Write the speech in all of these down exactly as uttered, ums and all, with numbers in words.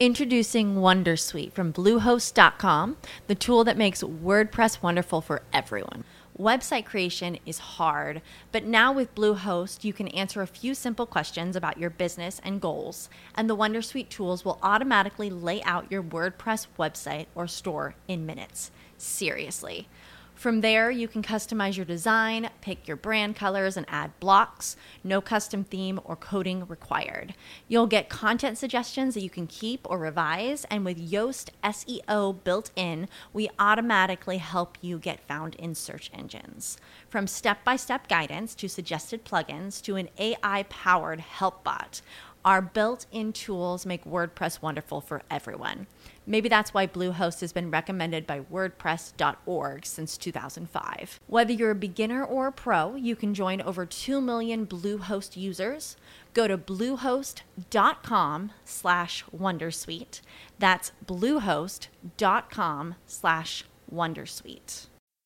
Introducing Wondersuite from Bluehost dot com, the tool that makes WordPress wonderful for everyone. Website creation is hard, but now with Bluehost, you can answer a few simple questions about your business and goals, and the Wondersuite tools will automatically lay out your WordPress website or store in minutes. Seriously. From there, you can customize your design, pick your brand colors, and add blocks. No custom theme or coding required. You'll get content suggestions that you can keep or revise, and with Yoast S E O built in, we automatically help you get found in search engines. From step-by-step guidance to suggested plugins to an A I-powered help bot, our built-in tools make WordPress wonderful for everyone. Maybe that's why Bluehost has been recommended by WordPress dot org since two thousand five. Whether you're a beginner or a pro, you can join over two million Bluehost users. Go to bluehost dot com slash wondersuite. That's bluehost dot com slash wondersuite.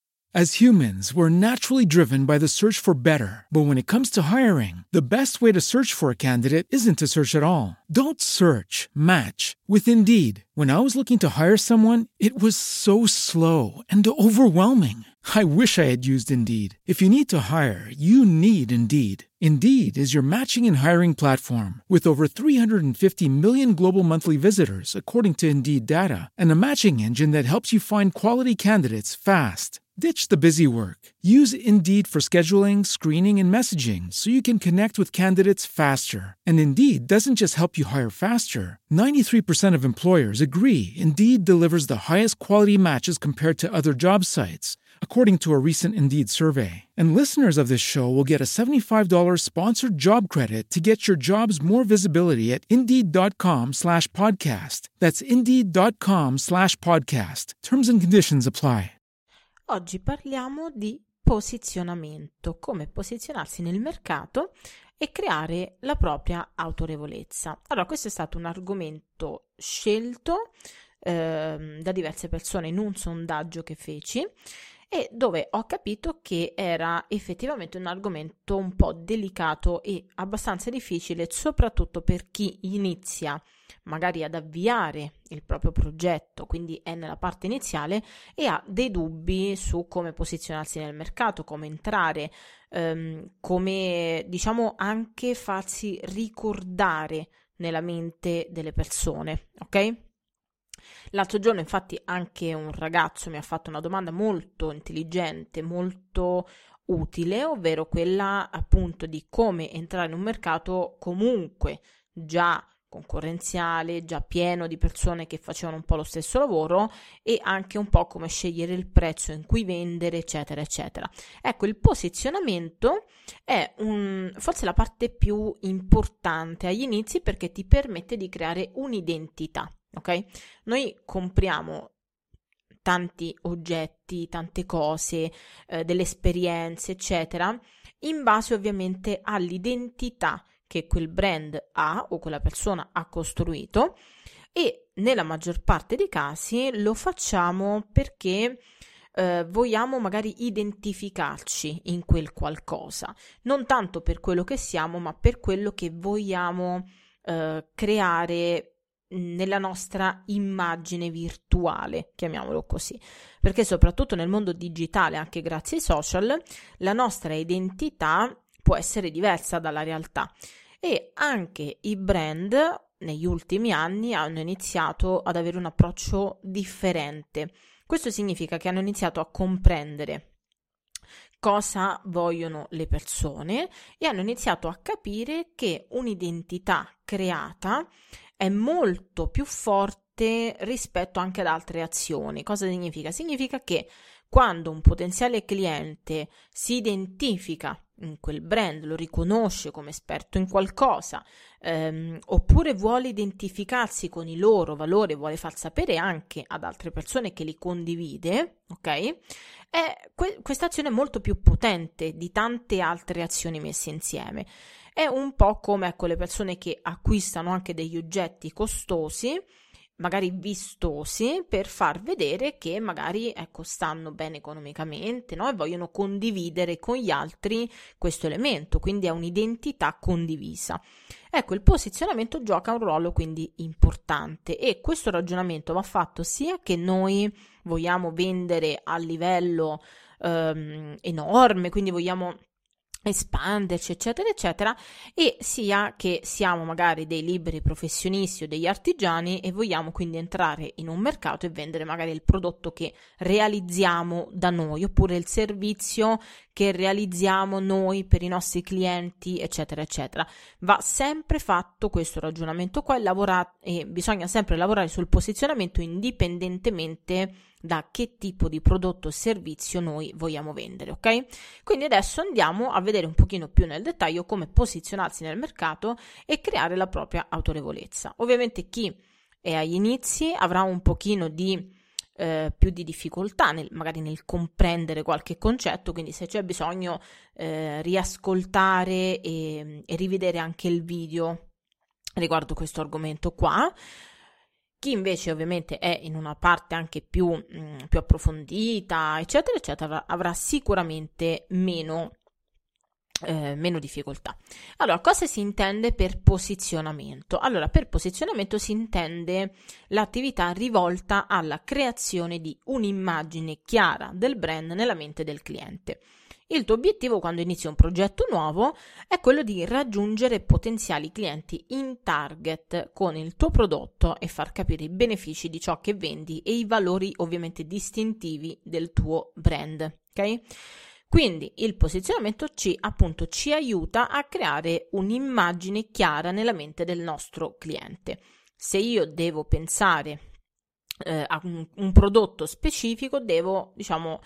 As humans, we're naturally driven by the search for better. But when it comes to hiring, the best way to search for a candidate isn't to search at all. Don't search, match with Indeed. When I was looking to hire someone, it was so slow and overwhelming. I wish I had used Indeed. If you need to hire, you need Indeed. Indeed is your matching and hiring platform with over three hundred fifty million global monthly visitors, according to Indeed data, and a matching engine that helps you find quality candidates fast. Ditch the busy work. Use Indeed for scheduling, screening, and messaging so you can connect with candidates faster. And Indeed doesn't just help you hire faster. ninety-three percent of employers agree Indeed delivers the highest quality matches compared to other job sites, according to a recent Indeed survey. And listeners of this show will get a seventy-five dollars sponsored job credit to get your jobs more visibility at Indeed.com slash podcast. That's Indeed.com slash podcast. Terms and conditions apply. Oggi parliamo di posizionamento, come posizionarsi nel mercato e creare la propria autorevolezza. Allora, questo è stato un argomento scelto eh, da diverse persone in un sondaggio che feci e dove ho capito che era effettivamente un argomento un po' delicato e abbastanza difficile, soprattutto per chi inizia magari ad avviare il proprio progetto, quindi è nella parte iniziale e ha dei dubbi su come posizionarsi nel mercato, come entrare, ehm, come diciamo anche farsi ricordare nella mente delle persone, ok? L'altro giorno infatti anche un ragazzo mi ha fatto una domanda molto intelligente, molto utile, ovvero quella appunto di come entrare in un mercato comunque già concorrenziale, già pieno di persone che facevano un po' lo stesso lavoro e anche un po' come scegliere il prezzo in cui vendere, eccetera, eccetera. Ecco, il posizionamento è un, forse la parte più importante agli inizi perché ti permette di creare un'identità, ok? Noi compriamo tanti oggetti, tante cose, eh, delle esperienze, eccetera, in base ovviamente all'identità che quel brand ha o quella persona ha costruito e nella maggior parte dei casi lo facciamo perché eh, vogliamo magari identificarci in quel qualcosa, non tanto per quello che siamo ma per quello che vogliamo eh, creare nella nostra immagine virtuale, chiamiamolo così, perché soprattutto nel mondo digitale, anche grazie ai social, la nostra identità può essere diversa dalla realtà e anche i brand negli ultimi anni hanno iniziato ad avere un approccio differente. Questo significa che hanno iniziato a comprendere cosa vogliono le persone e hanno iniziato a capire che un'identità creata è molto più forte rispetto anche ad altre azioni. Cosa significa? Significa che quando un potenziale cliente si identifica in quel brand, lo riconosce come esperto in qualcosa, ehm, oppure vuole identificarsi con i loro valori, vuole far sapere anche ad altre persone che li condivide, ok? È que- questa azione è molto più potente di tante altre azioni messe insieme. È un po' come ecco, le persone che acquistano anche degli oggetti costosi, magari vistosi, per far vedere che magari ecco, stanno bene economicamente, no? E vogliono condividere con gli altri questo elemento, quindi è un'identità condivisa. Ecco, il posizionamento gioca un ruolo quindi importante e questo ragionamento va fatto sia che noi vogliamo vendere a livello ehm, enorme, quindi vogliamo espanderci eccetera eccetera, e sia che siamo magari dei liberi professionisti o degli artigiani e vogliamo quindi entrare in un mercato e vendere magari il prodotto che realizziamo da noi oppure il servizio che realizziamo noi per i nostri clienti eccetera eccetera. Va sempre fatto questo ragionamento qua e, lavora- e bisogna sempre lavorare sul posizionamento indipendentemente da che tipo di prodotto o servizio noi vogliamo vendere, ok? Quindi adesso andiamo a vedere un pochino più nel dettaglio come posizionarsi nel mercato e creare la propria autorevolezza. Ovviamente chi è agli inizi avrà un pochino di eh, più di difficoltà nel, magari nel comprendere qualche concetto, quindi se c'è bisogno eh, riascoltare e, e rivedere anche il video riguardo questo argomento qua. Chi invece ovviamente è in una parte anche più, mh, più approfondita, eccetera, eccetera, avrà, avrà sicuramente meno, eh, meno difficoltà. Allora, cosa si intende per posizionamento? Allora, per posizionamento si intende l'attività rivolta alla creazione di un'immagine chiara del brand nella mente del cliente. Il tuo obiettivo quando inizi un progetto nuovo è quello di raggiungere potenziali clienti in target con il tuo prodotto e far capire i benefici di ciò che vendi e i valori ovviamente distintivi del tuo brand, ok? Quindi il posizionamento ci appunto ci aiuta a creare un'immagine chiara nella mente del nostro cliente. Se io devo pensare eh, a un, un prodotto specifico, devo, diciamo,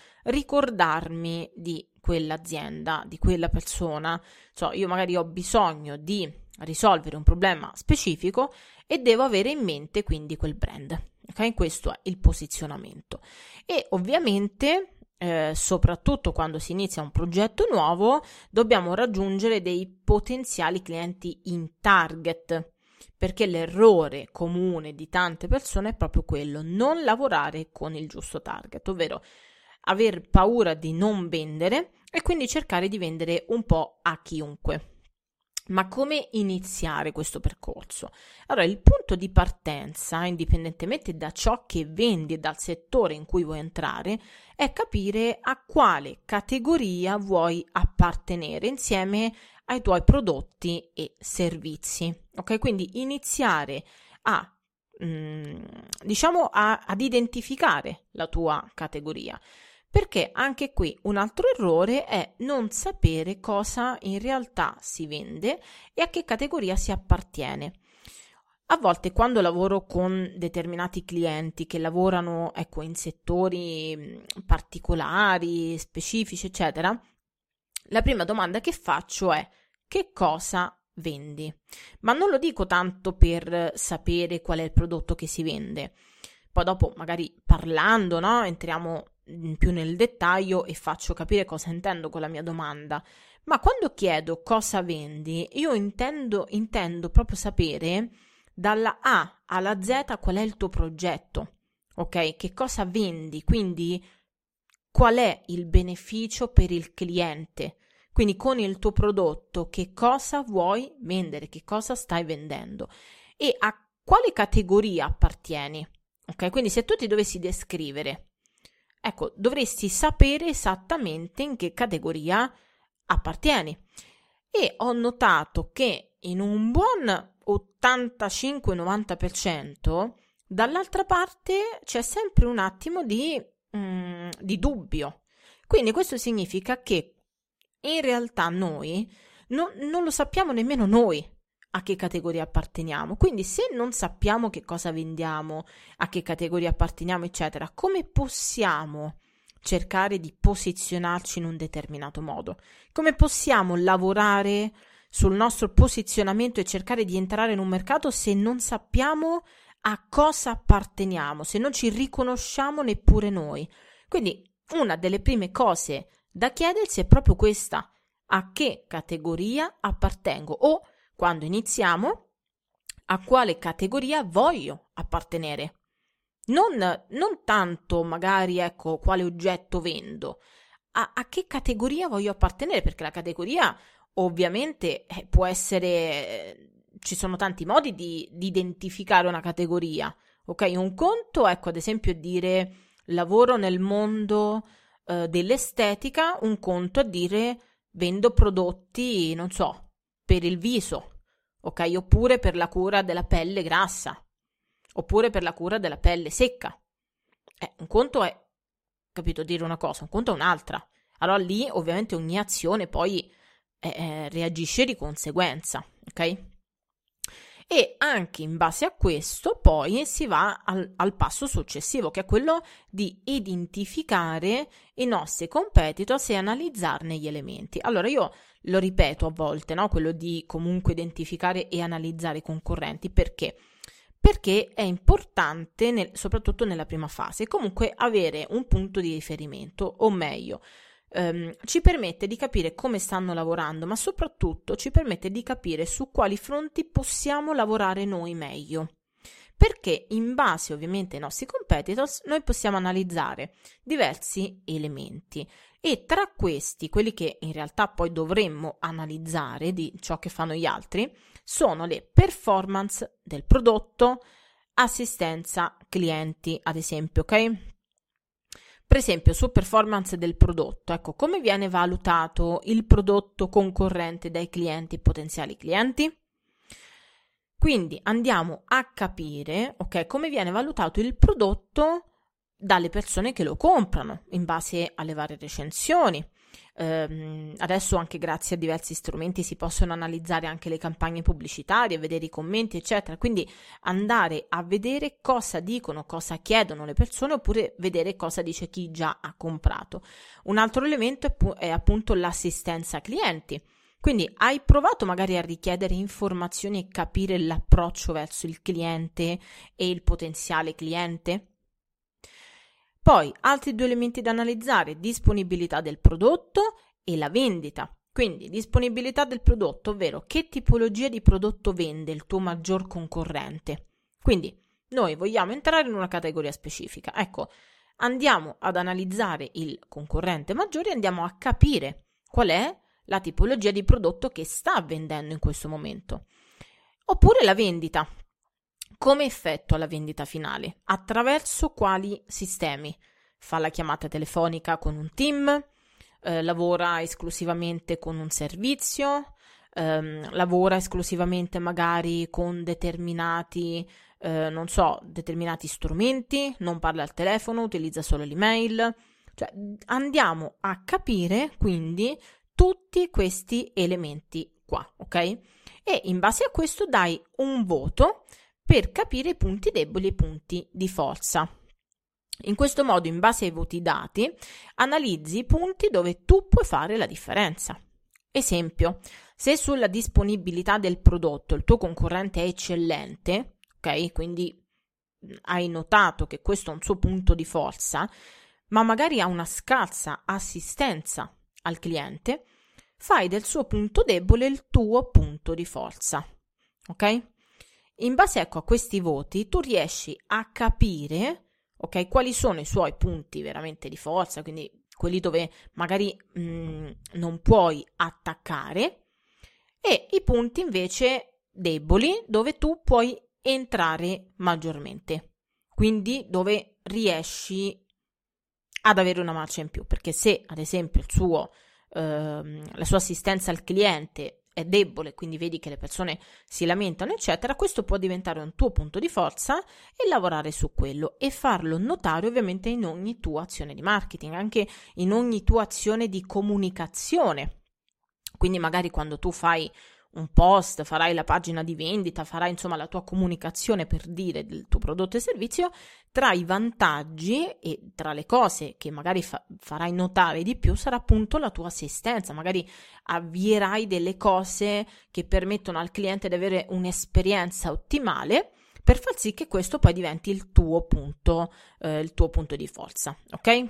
ricordarmi di quell'azienda, di quella persona. So, io magari ho bisogno di risolvere un problema specifico e devo avere in mente quindi quel brand, ok? Questo è il posizionamento. E ovviamente eh, soprattutto quando si inizia un progetto nuovo dobbiamo raggiungere dei potenziali clienti in target, perché l'errore comune di tante persone è proprio quello, non lavorare con il giusto target, ovvero aver paura di non vendere e quindi cercare di vendere un po' a chiunque. Ma come iniziare questo percorso? Allora, il punto di partenza, indipendentemente da ciò che vendi e dal settore in cui vuoi entrare, è capire a quale categoria vuoi appartenere insieme ai tuoi prodotti e servizi. Ok? Quindi iniziare a mh, diciamo a, ad identificare la tua categoria. Perché anche qui un altro errore è non sapere cosa in realtà si vende e a che categoria si appartiene. A volte quando lavoro con determinati clienti che lavorano, ecco, in settori particolari, specifici, eccetera, la prima domanda che faccio è: che cosa vendi? Ma non lo dico tanto per sapere qual è il prodotto che si vende. Poi dopo, magari parlando, no, entriamo più nel dettaglio e faccio capire cosa intendo con la mia domanda. Ma quando chiedo cosa vendi, io intendo, intendo proprio sapere dalla A alla Z qual è il tuo progetto, ok? Che cosa vendi, quindi qual è il beneficio per il cliente. Quindi con il tuo prodotto che cosa vuoi vendere, che cosa stai vendendo e a quale categoria appartieni, ok? Quindi se tu ti dovessi descrivere, ecco, dovresti sapere esattamente in che categoria appartieni. E ho notato che in un buon ottantacinque novanta per cento dall'altra parte c'è sempre un attimo di, mm, di dubbio. Quindi questo significa che in realtà noi no, non lo sappiamo nemmeno noi a che categoria apparteniamo. Quindi se non sappiamo che cosa vendiamo, a che categoria apparteniamo, eccetera, come possiamo cercare di posizionarci in un determinato modo? Come possiamo lavorare sul nostro posizionamento e cercare di entrare in un mercato se non sappiamo a cosa apparteniamo, se non ci riconosciamo neppure noi? Quindi una delle prime cose da chiedersi è proprio questa: a che categoria appartengo? O quando iniziamo, a quale categoria voglio appartenere? Non, non tanto magari, ecco, quale oggetto vendo, a, a che categoria voglio appartenere, perché la categoria ovviamente eh, può essere, ci sono tanti modi di, di identificare una categoria, ok? Un conto, ecco, ad esempio dire lavoro nel mondo eh, dell'estetica, un conto è dire vendo prodotti, non so, per il viso, ok? Oppure per la cura della pelle grassa, oppure per la cura della pelle secca. Eh, un conto è, capito, dire una cosa, un conto è un'altra. Allora lì ovviamente ogni azione poi eh, eh, reagisce di conseguenza, ok? E anche in base a questo poi si va al, al passo successivo, che è quello di identificare i nostri competitors e analizzarne gli elementi. Allora io lo ripeto a volte, no? Quello di comunque identificare e analizzare i concorrenti. Perché? Perché è importante, nel, soprattutto nella prima fase, comunque avere un punto di riferimento, o meglio, Um, ci permette di capire come stanno lavorando, ma soprattutto ci permette di capire su quali fronti possiamo lavorare noi meglio. Perché in base ovviamente ai nostri competitors noi possiamo analizzare diversi elementi e tra questi, quelli che in realtà poi dovremmo analizzare di ciò che fanno gli altri, sono le performance del prodotto, assistenza clienti, ad esempio, ok? Per esempio, su performance del prodotto, ecco, come viene valutato il prodotto concorrente dai clienti e potenziali clienti? Quindi andiamo a capire, ok, come viene valutato il prodotto dalle persone che lo comprano, in base alle varie recensioni. Um, adesso anche grazie a diversi strumenti si possono analizzare anche le campagne pubblicitarie, vedere i commenti eccetera, quindi andare a vedere cosa dicono, cosa chiedono le persone, oppure vedere cosa dice chi già ha comprato. Un altro elemento è, pu- è appunto l'assistenza clienti, quindi hai provato magari a richiedere informazioni e capire l'approccio verso il cliente e il potenziale cliente? Poi, altri due elementi da analizzare, disponibilità del prodotto e la vendita. Quindi, disponibilità del prodotto, ovvero che tipologia di prodotto vende il tuo maggior concorrente. Quindi, noi vogliamo entrare in una categoria specifica. Ecco, andiamo ad analizzare il concorrente maggiore e andiamo a capire qual è la tipologia di prodotto che sta vendendo in questo momento. Oppure la vendita. Come effettua la vendita finale? Attraverso quali sistemi? Fa la chiamata telefonica con un team? Eh, lavora esclusivamente con un servizio? Ehm, lavora esclusivamente magari con determinati, eh, non so, determinati strumenti? Non parla al telefono? Utilizza solo l'email? Cioè, andiamo a capire quindi tutti questi elementi qua, ok? E in base a questo dai un voto per capire i punti deboli e i punti di forza. In questo modo, in base ai voti dati, analizzi i punti dove tu puoi fare la differenza. Esempio, se sulla disponibilità del prodotto il tuo concorrente è eccellente, ok? Quindi hai notato che questo è un suo punto di forza, ma magari ha una scarsa assistenza al cliente, fai del suo punto debole il tuo punto di forza, ok? In base ecco a questi voti tu riesci a capire, ok, quali sono i suoi punti veramente di forza, quindi quelli dove magari mh, non puoi attaccare, e i punti invece deboli dove tu puoi entrare maggiormente, quindi dove riesci ad avere una marcia in più, perché se ad esempio il suo, ehm, la sua assistenza al cliente è debole, quindi vedi che le persone si lamentano eccetera, questo può diventare un tuo punto di forza e lavorare su quello e farlo notare ovviamente in ogni tua azione di marketing, anche in ogni tua azione di comunicazione. Quindi magari quando tu fai un post, farai la pagina di vendita, farai insomma la tua comunicazione per dire del tuo prodotto e servizio, tra i vantaggi e tra le cose che magari fa- farai notare di più sarà appunto la tua assistenza, magari avvierai delle cose che permettono al cliente di avere un'esperienza ottimale per far sì che questo poi diventi il tuo punto, eh, il tuo punto di forza, ok?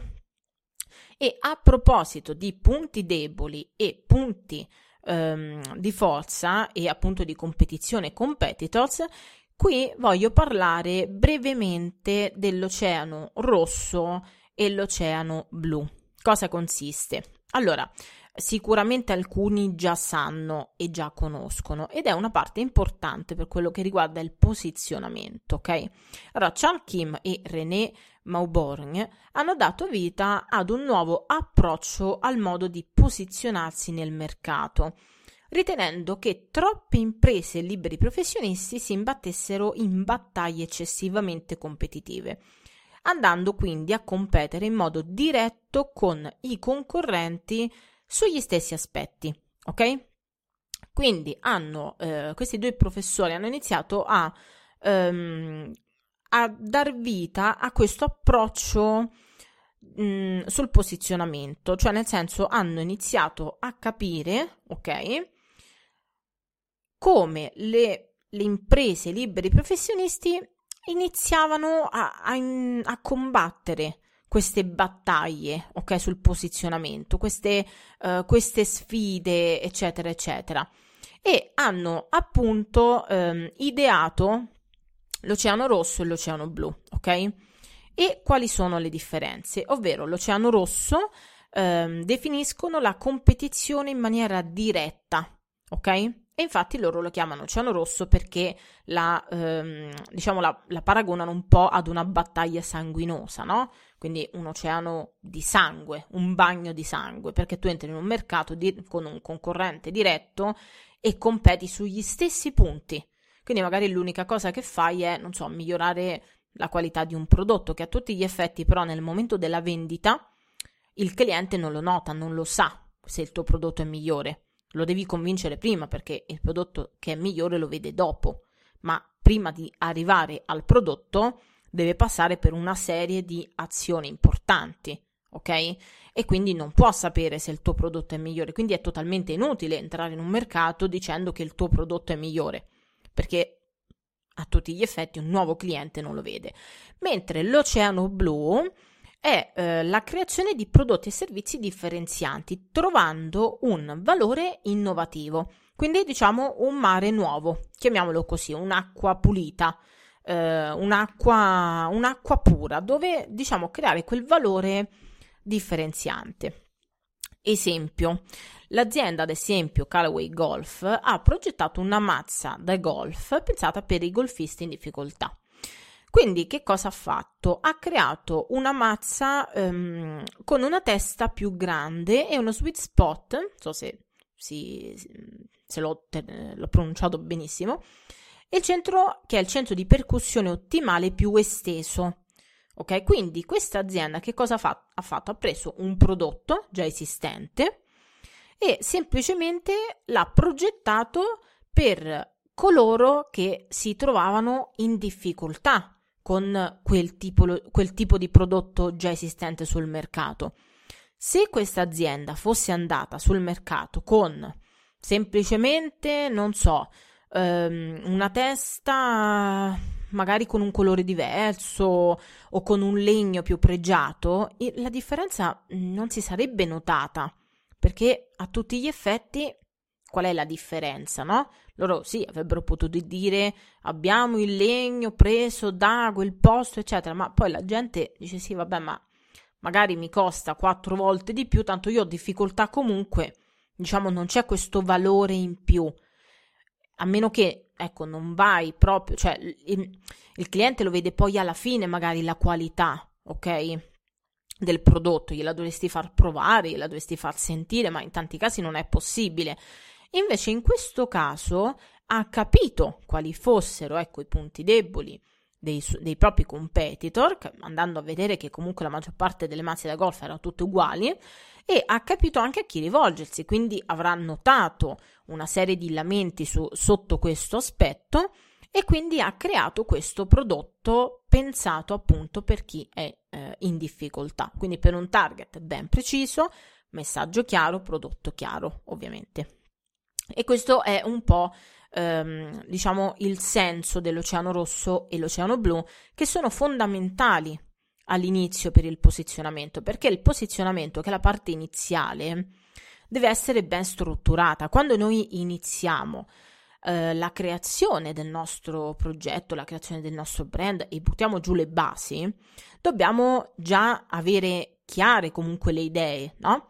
E a proposito di punti deboli e punti ehm, di forza e appunto di competizione e competitors, qui voglio parlare brevemente dell'oceano rosso e l'oceano blu. Cosa consiste? Allora, sicuramente alcuni già sanno e già conoscono, ed è una parte importante per quello che riguarda il posizionamento, ok? Allora, Charles Kim e René Mauborgne hanno dato vita ad un nuovo approccio al modo di posizionarsi nel mercato, ritenendo che troppe imprese e liberi professionisti si imbattessero in battaglie eccessivamente competitive, andando quindi a competere in modo diretto con i concorrenti sugli stessi aspetti, ok? Quindi hanno, eh, questi due professori hanno iniziato a, ehm, a dar vita a questo approccio mh, sul posizionamento, cioè nel senso hanno iniziato a capire, ok, come le, le imprese liberi professionisti iniziavano a, a, a combattere queste battaglie, ok, sul posizionamento, queste, uh, queste sfide, eccetera, eccetera. E hanno appunto um, ideato l'Oceano Rosso e l'Oceano Blu, ok? E quali sono le differenze? Ovvero, l'Oceano Rosso um, definiscono la competizione in maniera diretta, ok? E infatti loro lo chiamano Oceano Rosso perché la, ehm, diciamo la, la paragonano un po' ad una battaglia sanguinosa, no? Quindi un oceano di sangue, un bagno di sangue, perché tu entri in un mercato di, con un concorrente diretto e competi sugli stessi punti. Quindi magari l'unica cosa che fai è, non so, migliorare la qualità di un prodotto, che a tutti gli effetti però nel momento della vendita il cliente non lo nota, non lo sa se il tuo prodotto è migliore. Lo devi convincere prima, perché il prodotto che è migliore lo vede dopo, ma prima di arrivare al prodotto deve passare per una serie di azioni importanti, ok? E quindi non può sapere se il tuo prodotto è migliore, quindi è totalmente inutile entrare in un mercato dicendo che il tuo prodotto è migliore, perché a tutti gli effetti un nuovo cliente non lo vede. Mentre l'Oceano Blu è eh, la creazione di prodotti e servizi differenzianti, trovando un valore innovativo. Quindi diciamo un mare nuovo, chiamiamolo così, un'acqua pulita, eh, un'acqua, un'acqua pura, dove diciamo creare quel valore differenziante. Esempio, l'azienda ad esempio Callaway Golf ha progettato una mazza da golf pensata per i golfisti in difficoltà. Quindi che cosa ha fatto? Ha creato una mazza um, con una testa più grande e uno sweet spot, non so se, si, se l'ho, l'ho pronunciato benissimo, e il centro, che è il centro di percussione ottimale più esteso. Ok, quindi questa azienda che cosa ha fatto? Ha fatto? Ha preso un prodotto già esistente e semplicemente l'ha progettato per coloro che si trovavano in difficoltà con quel tipo, quel tipo di prodotto già esistente sul mercato. Se questa azienda fosse andata sul mercato con semplicemente, non so, um, una testa magari con un colore diverso o con un legno più pregiato, la differenza non si sarebbe notata, perché a tutti gli effetti qual è la differenza, no? Loro sì, avrebbero potuto dire abbiamo il legno preso da quel posto, eccetera, ma poi la gente dice sì, vabbè, ma magari mi costa quattro volte di più, tanto io ho difficoltà comunque, diciamo non c'è questo valore in più, a meno che, ecco, non vai proprio, cioè il, il cliente lo vede poi alla fine magari la qualità, ok? Del prodotto, gliela dovresti far provare, gliela dovresti far sentire, ma in tanti casi non è possibile. Invece in questo caso ha capito quali fossero, ecco, i punti deboli dei, dei propri competitor, andando a vedere che comunque la maggior parte delle mazze da golf erano tutte uguali, e ha capito anche a chi rivolgersi, quindi avrà notato una serie di lamenti su, sotto questo aspetto, e quindi ha creato questo prodotto pensato appunto per chi è eh, in difficoltà, quindi per un target ben preciso, messaggio chiaro, prodotto chiaro, ovviamente. E questo è un po' ehm, diciamo il senso dell'Oceano Rosso e l'Oceano Blu, che sono fondamentali all'inizio per il posizionamento, perché il posizionamento, che è la parte iniziale, deve essere ben strutturata. Quando noi iniziamo eh, la creazione del nostro progetto, la creazione del nostro brand e buttiamo giù le basi, dobbiamo già avere chiare comunque le idee, no?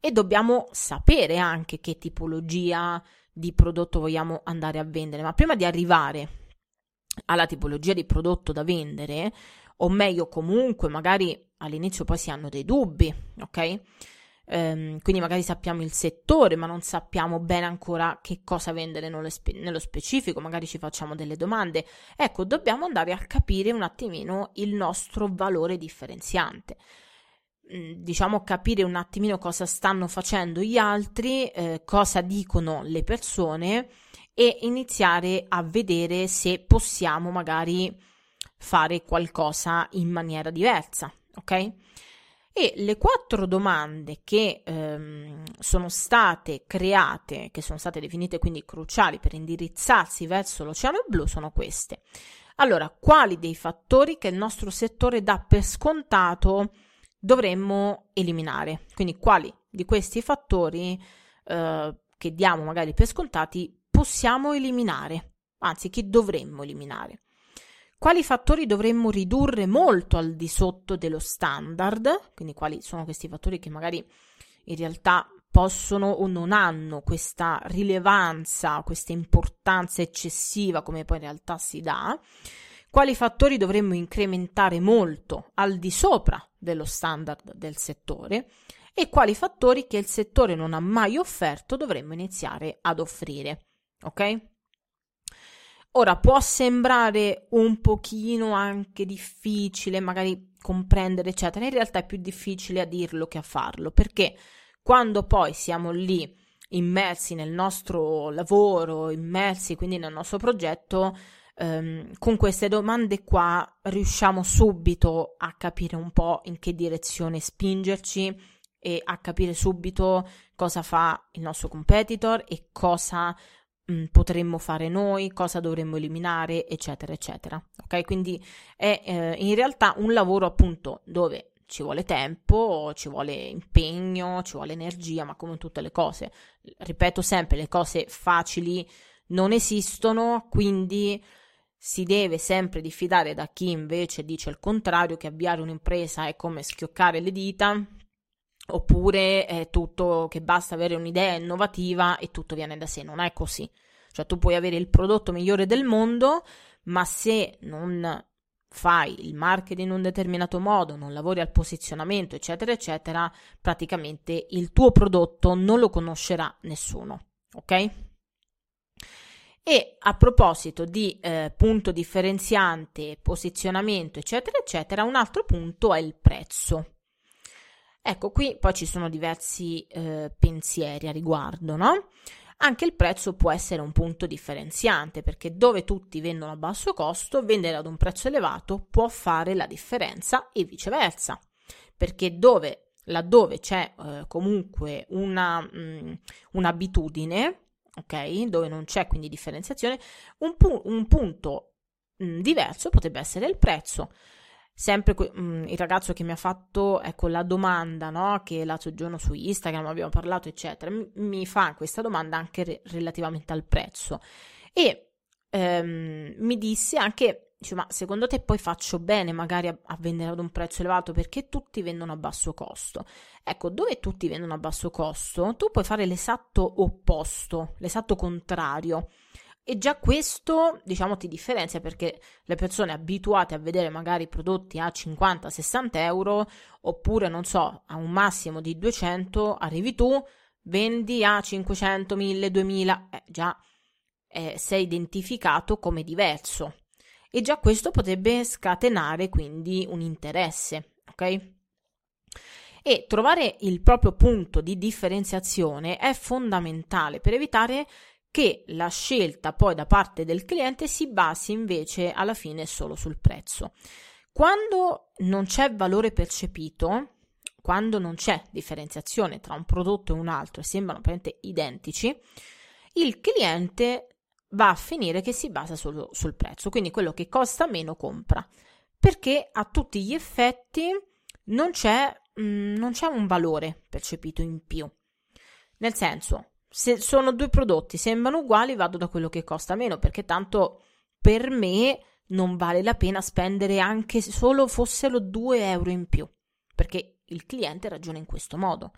e dobbiamo sapere anche che tipologia di prodotto vogliamo andare a vendere, ma prima di arrivare alla tipologia di prodotto da vendere, o meglio comunque magari all'inizio poi si hanno dei dubbi, ok? Ehm, quindi magari sappiamo il settore ma non sappiamo bene ancora che cosa vendere nello, spe- nello specifico, magari ci facciamo delle domande, ecco, dobbiamo andare a capire un attimino il nostro valore differenziante. Diciamo capire un attimino cosa stanno facendo gli altri, eh, cosa dicono le persone e iniziare a vedere se possiamo magari fare qualcosa in maniera diversa, ok? E le quattro domande che ehm, sono state create, che sono state definite quindi cruciali per indirizzarsi verso l'oceano blu sono queste. Allora, quali dei fattori che il nostro settore dà per scontato dovremmo eliminare? Quindi quali di questi fattori eh, che diamo magari per scontati possiamo eliminare, anzi che dovremmo eliminare? Quali fattori dovremmo ridurre molto al di sotto dello standard? Quindi quali sono questi fattori che magari in realtà possono o non hanno questa rilevanza, questa importanza eccessiva come poi in realtà si dà? Quali fattori dovremmo incrementare molto al di sopra dello standard del settore? E quali fattori che il settore non ha mai offerto dovremmo iniziare ad offrire? Ok? Ora, può sembrare un pochino anche difficile, magari comprendere, eccetera. In realtà è più difficile a dirlo che a farlo, perché quando poi siamo lì immersi nel nostro lavoro, immersi quindi nel nostro progetto, ehm, con queste domande qua riusciamo subito a capire un po' in che direzione spingerci e a capire subito cosa fa il nostro competitor e cosa potremmo fare noi, cosa dovremmo eliminare, eccetera, eccetera. Ok, quindi è eh, in realtà un lavoro appunto dove ci vuole tempo, ci vuole impegno, ci vuole energia, ma come tutte le cose, ripeto sempre, le cose facili non esistono, quindi si deve sempre diffidare da chi invece dice il contrario, che avviare un'impresa è come schioccare le dita, oppure è tutto che basta avere un'idea innovativa e tutto viene da sé. Non è così. Cioè tu puoi avere il prodotto migliore del mondo, ma se non fai il marketing in un determinato modo, non lavori al posizionamento, eccetera, eccetera, praticamente il tuo prodotto non lo conoscerà nessuno, ok? E a proposito di eh, punto differenziante, posizionamento, eccetera, eccetera, un altro punto è il prezzo. Ecco, qui poi ci sono diversi eh, pensieri a riguardo, no? Anche il prezzo può essere un punto differenziante, perché dove tutti vendono a basso costo, vendere ad un prezzo elevato può fare la differenza e viceversa, perché dove, laddove c'è eh, comunque una, mh, un'abitudine, ok, dove non c'è quindi differenziazione, un, pu- un punto mh, diverso potrebbe essere il prezzo. Sempre que- mh, il ragazzo che mi ha fatto ecco la domanda, no? Che l'altro giorno su Instagram abbiamo parlato eccetera, mi, mi fa questa domanda anche re- relativamente al prezzo e ehm, mi disse anche, dice, ma secondo te poi faccio bene magari a, a vendere ad un prezzo elevato perché tutti vendono a basso costo? Ecco, dove tutti vendono a basso costo tu puoi fare l'esatto opposto, l'esatto contrario. E già questo, diciamo, ti differenzia, perché le persone abituate a vedere magari prodotti a cinquanta sessanta euro, oppure, non so, a un massimo di duecento, arrivi tu, vendi a cinquecento, mille, duemila, eh, già eh, sei identificato come diverso. E già questo potrebbe scatenare quindi un interesse, ok? E trovare il proprio punto di differenziazione è fondamentale per evitare che la scelta poi da parte del cliente si basi invece alla fine solo sul prezzo. Quando non c'è valore percepito, quando non c'è differenziazione tra un prodotto e un altro e sembrano praticamente identici, il cliente va a finire che si basa solo sul prezzo, quindi quello che costa meno compra, perché a tutti gli effetti non c'è, mh, non c'è un valore percepito in più. Nel senso, se sono due prodotti, sembrano uguali, vado da quello che costa meno, perché tanto per me non vale la pena spendere anche se solo fossero due euro in più, perché il cliente ragiona in questo modo.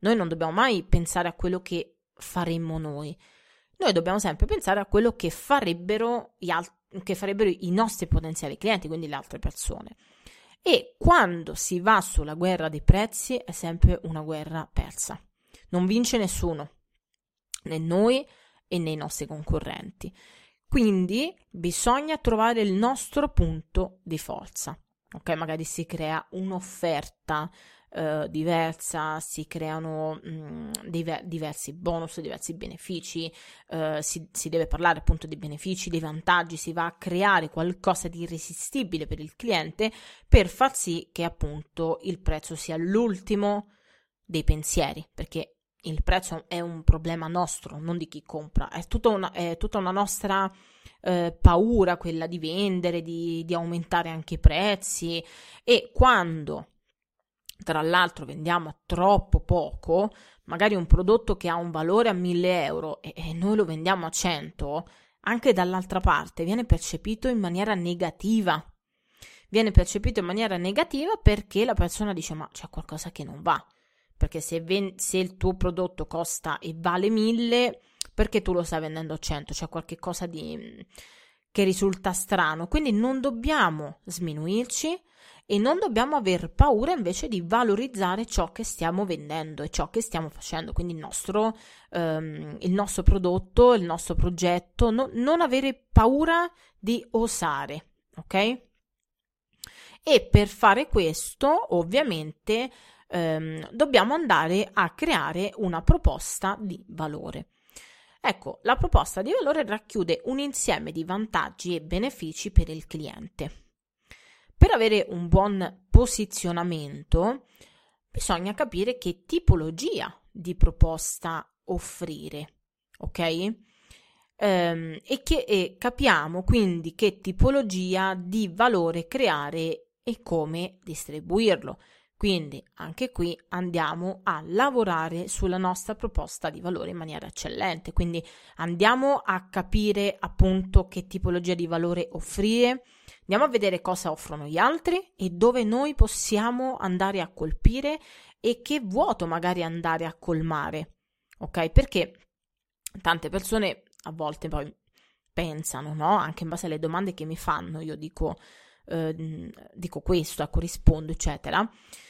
Noi non dobbiamo mai pensare a quello che faremmo noi. Noi dobbiamo sempre pensare a quello che farebbero, gli alt- che farebbero i nostri potenziali clienti, quindi le altre persone. E quando si va sulla guerra dei prezzi è sempre una guerra persa. Non vince nessuno, né noi e né i nostri concorrenti. Quindi bisogna trovare il nostro punto di forza. Ok, magari si crea un'offerta Uh, diversa, si creano mh, diver- diversi bonus, diversi benefici, uh, si, si deve parlare appunto dei benefici, dei vantaggi, si va a creare qualcosa di irresistibile per il cliente per far sì che appunto il prezzo sia l'ultimo dei pensieri, perché il prezzo è un problema nostro, non di chi compra, è tutta una, è tutta una nostra uh, paura, quella di vendere, di, di aumentare anche i prezzi. E quando tra l'altro vendiamo a troppo poco, magari un prodotto che ha un valore a mille euro e, e noi lo vendiamo a cento, anche dall'altra parte viene percepito in maniera negativa. Viene percepito in maniera negativa perché la persona dice ma c'è qualcosa che non va. Perché se, ven- se il tuo prodotto costa e vale mille, perché tu lo stai vendendo a cento? C'è qualche cosa di... che risulta strano. Quindi non dobbiamo sminuirci e non dobbiamo aver paura invece di valorizzare ciò che stiamo vendendo e ciò che stiamo facendo, quindi il nostro, um, il nostro prodotto, il nostro progetto, no, non avere paura di osare, ok? E per fare questo, ovviamente, um, dobbiamo andare a creare una proposta di valore. Ecco, la proposta di valore racchiude un insieme di vantaggi e benefici per il cliente. Per avere un buon posizionamento bisogna capire che tipologia di proposta offrire, ok? Ehm, e che e capiamo quindi che tipologia di valore creare e come distribuirlo. Quindi anche qui andiamo a lavorare sulla nostra proposta di valore in maniera eccellente. Quindi andiamo a capire appunto che tipologia di valore offrire, andiamo a vedere cosa offrono gli altri e dove noi possiamo andare a colpire e che vuoto magari andare a colmare. Ok? Perché tante persone a volte poi pensano, no? Anche in base alle domande che mi fanno, io dico, eh, dico questo, ecco, rispondo, eccetera.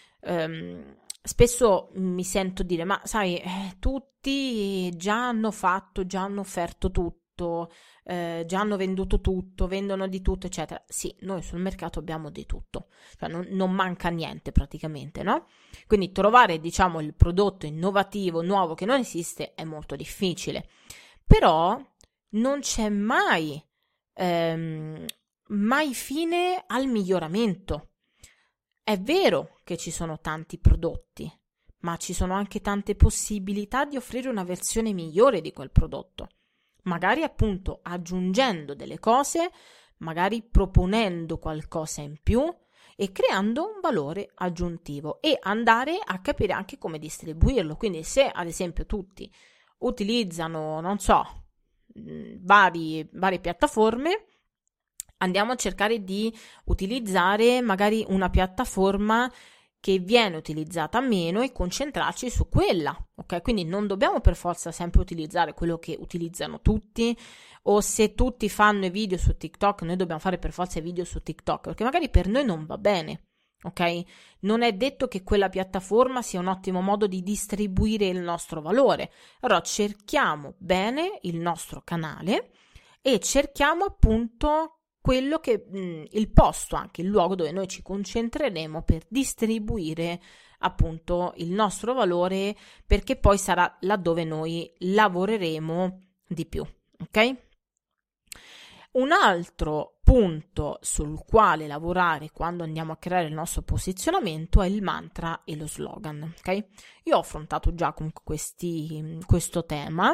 Um, spesso mi sento dire ma sai eh, tutti già hanno fatto, già hanno offerto tutto, eh, già hanno venduto tutto, vendono di tutto eccetera. Sì, noi sul mercato abbiamo di tutto, cioè non, non manca niente praticamente, no? Quindi trovare diciamo il prodotto innovativo, nuovo che non esiste è molto difficile, però non c'è mai ehm, mai fine al miglioramento. È vero che ci sono tanti prodotti, ma ci sono anche tante possibilità di offrire una versione migliore di quel prodotto, magari appunto aggiungendo delle cose, magari proponendo qualcosa in più e creando un valore aggiuntivo e andare a capire anche come distribuirlo. Quindi se ad esempio tutti utilizzano, non so, vari, varie piattaforme, andiamo a cercare di utilizzare magari una piattaforma che viene utilizzata meno e concentrarci su quella, ok? Quindi non dobbiamo per forza sempre utilizzare quello che utilizzano tutti, o se tutti fanno i video su TikTok, noi dobbiamo fare per forza i video su TikTok, perché magari per noi non va bene, ok? Non è detto che quella piattaforma sia un ottimo modo di distribuire il nostro valore. Allora cerchiamo bene il nostro canale e cerchiamo appunto quello che mh, il posto, anche il luogo dove noi ci concentreremo per distribuire appunto il nostro valore, perché poi sarà laddove noi lavoreremo di più, ok? Un altro punto sul quale lavorare quando andiamo a creare il nostro posizionamento è il mantra e lo slogan, ok? Io ho affrontato già con questi, questo tema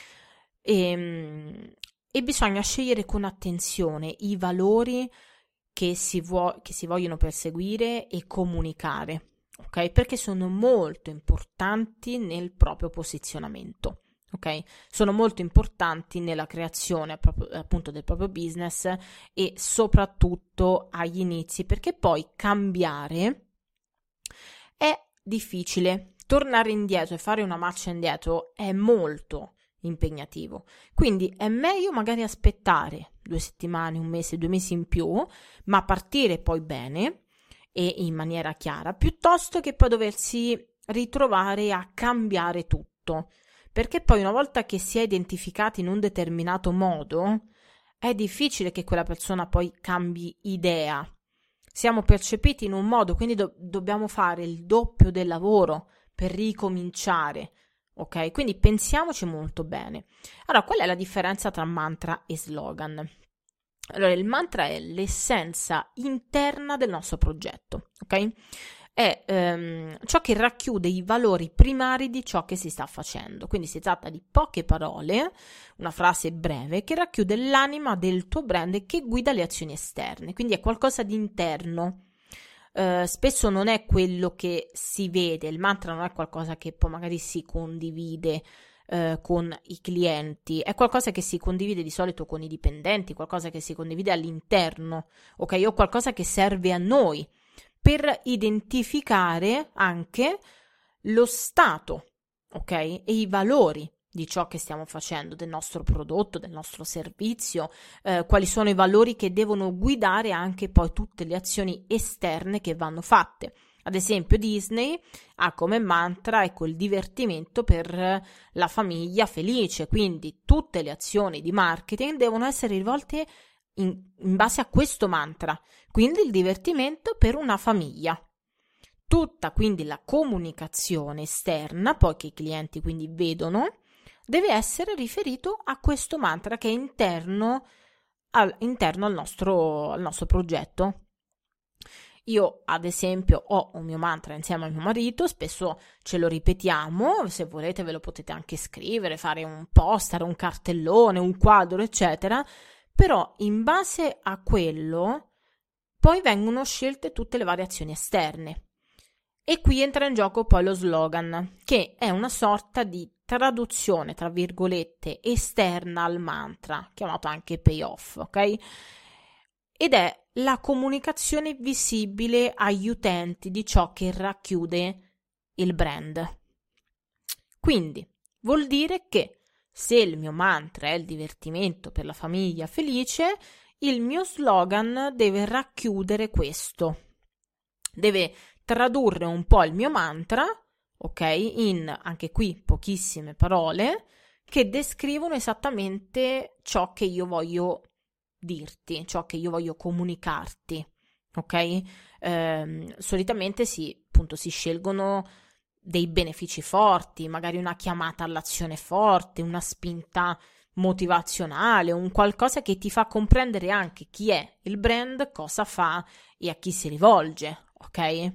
e E bisogna scegliere con attenzione i valori che si, vuo- che si vogliono perseguire e comunicare, ok? Perché sono molto importanti nel proprio posizionamento, ok? Sono molto importanti nella creazione proprio, appunto del proprio business e soprattutto agli inizi, perché poi cambiare è difficile. tornare indietro e fare una marcia indietro è molto impegnativo, quindi è meglio magari aspettare due settimane, un mese, due mesi in più, ma partire poi bene e in maniera chiara, piuttosto che poi doversi ritrovare a cambiare tutto, perché poi una volta che si è identificati in un determinato modo è difficile che quella persona poi cambi idea. Siamo percepiti in un modo, quindi do- dobbiamo fare il doppio del lavoro per ricominciare, ok? Quindi pensiamoci molto bene. Allora, qual è la differenza tra mantra e slogan? Allora, il mantra è l'essenza interna del nostro progetto, ok? È ehm, ciò che racchiude i valori primari di ciò che si sta facendo. Quindi si tratta di poche parole, una frase breve che racchiude l'anima del tuo brand e che guida le azioni esterne. Quindi è qualcosa di interno. Uh, spesso non è quello che si vede, il mantra non è qualcosa che poi magari si condivide uh, con i clienti, è qualcosa che si condivide di solito con i dipendenti, qualcosa che si condivide all'interno, ok? O qualcosa che serve a noi per identificare anche lo stato, ok? E i valori di ciò che stiamo facendo, del nostro prodotto, del nostro servizio, eh, quali sono i valori che devono guidare anche poi tutte le azioni esterne che vanno fatte. Ad esempio Disney ha come mantra, ecco, il divertimento per la famiglia felice, quindi tutte le azioni di marketing devono essere rivolte in, in base a questo mantra, quindi il divertimento per una famiglia. Tutta quindi la comunicazione esterna, poi che i clienti quindi vedono, deve essere riferito a questo mantra che è interno al, interno al nostro, al nostro progetto. Io ad esempio ho un mio mantra insieme a mio marito, spesso ce lo ripetiamo, se volete ve lo potete anche scrivere, fare un poster, un cartellone, un quadro, eccetera, però in base a quello poi vengono scelte tutte le variazioni esterne. E qui entra in gioco poi lo slogan, che è una sorta di traduzione, tra virgolette, esterna al mantra, chiamato anche payoff, ok? Ed è la comunicazione visibile agli utenti di ciò che racchiude il brand. Quindi vuol dire che se il mio mantra è il divertimento per la famiglia felice, il mio slogan deve racchiudere questo. Deve tradurre un po' il mio mantra, ok, in anche qui pochissime parole che descrivono esattamente ciò che io voglio dirti, ciò che io voglio comunicarti, ok? Ehm, solitamente si, appunto, si scelgono dei benefici forti, magari una chiamata all'azione forte, una spinta motivazionale, un qualcosa che ti fa comprendere anche chi è il brand, cosa fa e a chi si rivolge, ok?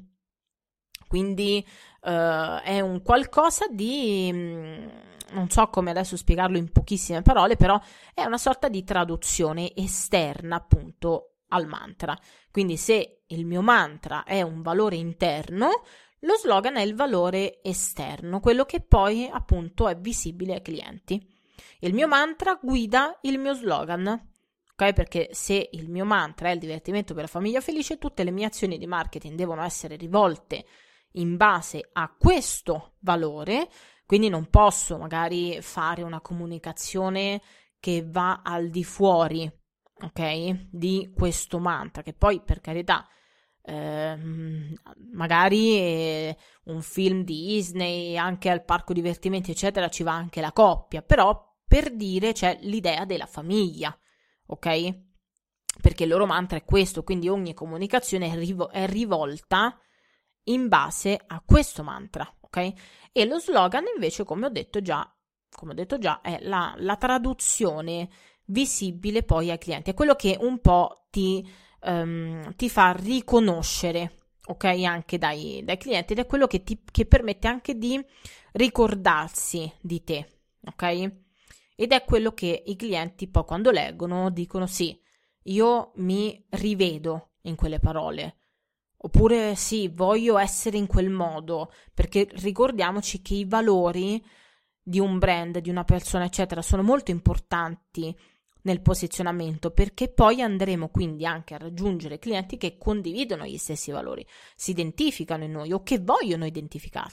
Quindi uh, è un qualcosa di, non so come adesso spiegarlo in pochissime parole, però è una sorta di traduzione esterna appunto al mantra. Quindi se il mio mantra è un valore interno, lo slogan è il valore esterno, quello che poi appunto è visibile ai clienti. Il mio mantra guida il mio slogan, ok? Perché se il mio mantra è il divertimento per la famiglia felice, tutte le mie azioni di marketing devono essere rivolte in base a questo valore, quindi non posso magari fare una comunicazione che va al di fuori, ok? Di questo mantra, che poi per carità eh, magari eh, un film di Disney, anche al parco divertimenti eccetera, ci va anche la coppia, però per dire c'è l'idea della famiglia, ok? Perché il loro mantra è questo, quindi ogni comunicazione è, rivo- è rivolta in base a questo mantra, ok? E lo slogan invece, come ho detto già, come ho detto già, è la, la traduzione visibile poi ai clienti, è quello che un po' ti, um, ti fa riconoscere, ok? Anche dai, dai clienti, ed è quello che ti che permette anche di ricordarsi di te, ok? Ed è quello che i clienti poi quando leggono dicono sì, io mi rivedo in quelle parole. Oppure sì, voglio essere in quel modo, perché ricordiamoci che i valori di un brand, di una persona, eccetera, sono molto importanti nel posizionamento, perché poi andremo quindi anche a raggiungere clienti che condividono gli stessi valori, si identificano in noi o che vogliono identificarsi,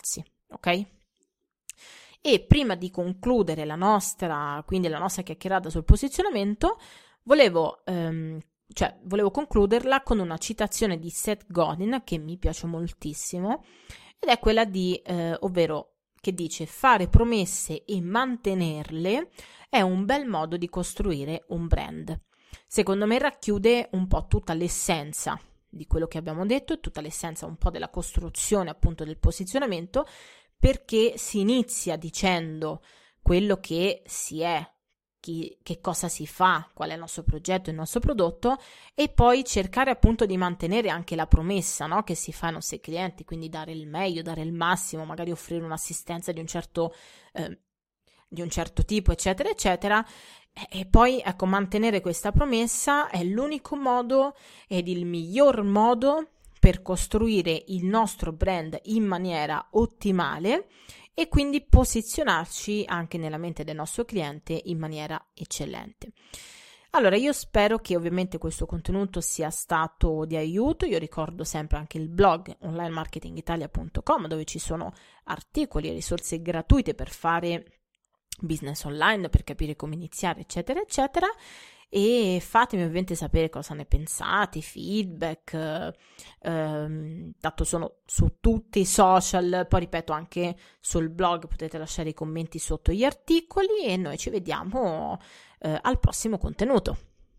ok? E prima di concludere la nostra, quindi la nostra chiacchierata sul posizionamento, volevo, ehm, cioè, volevo concluderla con una citazione di Seth Godin che mi piace moltissimo, ed è quella di, eh, ovvero che dice: fare promesse e mantenerle è un bel modo di costruire un brand. Secondo me racchiude un po' tutta l'essenza di quello che abbiamo detto e tutta l'essenza un po' della costruzione appunto del posizionamento, perché si inizia dicendo quello che si è, chi, che cosa si fa, qual è il nostro progetto, il nostro prodotto, e poi cercare appunto di mantenere anche la promessa, no? Che si fa ai nostri clienti, quindi dare il meglio, dare il massimo, magari offrire un'assistenza di un certo, eh, di un certo tipo, eccetera, eccetera. E poi, ecco, mantenere questa promessa è l'unico modo ed il miglior modo per costruire il nostro brand in maniera ottimale e quindi posizionarci anche nella mente del nostro cliente in maniera eccellente. Allora, io spero che ovviamente questo contenuto sia stato di aiuto. Io ricordo sempre anche il blog online marketing italia punto com, dove ci sono articoli e risorse gratuite per fare business online, per capire come iniziare, eccetera, eccetera. E fatemi ovviamente sapere cosa ne pensate, feedback, ehm, dato sono su tutti i social, poi ripeto anche sul blog potete lasciare i commenti sotto gli articoli e noi ci vediamo eh, al prossimo contenuto.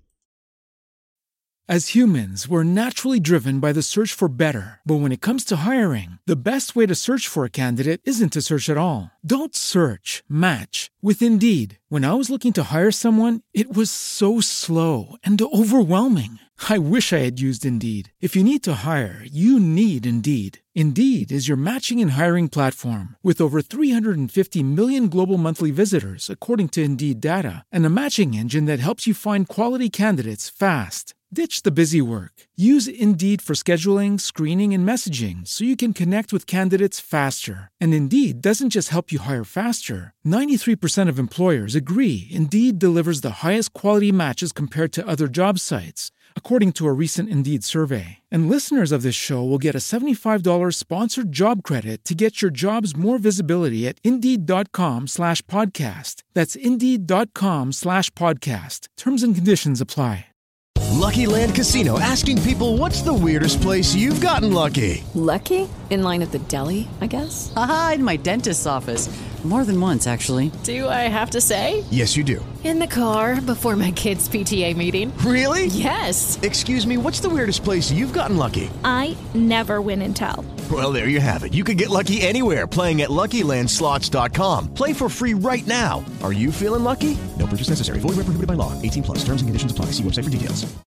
As humans, we're naturally driven by the search for better. But when it comes to hiring, the best way to search for a candidate isn't to search at all. Don't search, match with Indeed. When I was looking to hire someone, it was so slow and overwhelming. I wish I had used Indeed. If you need to hire, you need Indeed. Indeed is your matching and hiring platform with over three hundred fifty million global monthly visitors, according to Indeed data, and a matching engine that helps you find quality candidates fast. Ditch the busy work. Use Indeed for scheduling, screening, and messaging so you can connect with candidates faster. And Indeed doesn't just help you hire faster. ninety-three percent of employers agree Indeed delivers the highest quality matches compared to other job sites, according to a recent Indeed survey. And listeners of this show will get a seventy-five dollars sponsored job credit to get your jobs more visibility at Indeed.com slash podcast. That's Indeed.com slash podcast. Terms and conditions apply. Lucky Land Casino, asking people, what's the weirdest place you've gotten lucky? Lucky? In line at the deli, I guess? Aha, in my dentist's office. More than once, actually. Do I have to say? Yes, you do. In the car before my kids' P T A meeting. Really? Yes. Excuse me, what's the weirdest place you've gotten lucky? I never win and tell. Well, there you have it. You can get lucky anywhere, playing at Lucky Land Slots dot com. Play for free right now. Are you feeling lucky? No purchase necessary. Void where prohibited by law. eighteen plus. Terms and conditions apply. See website for details.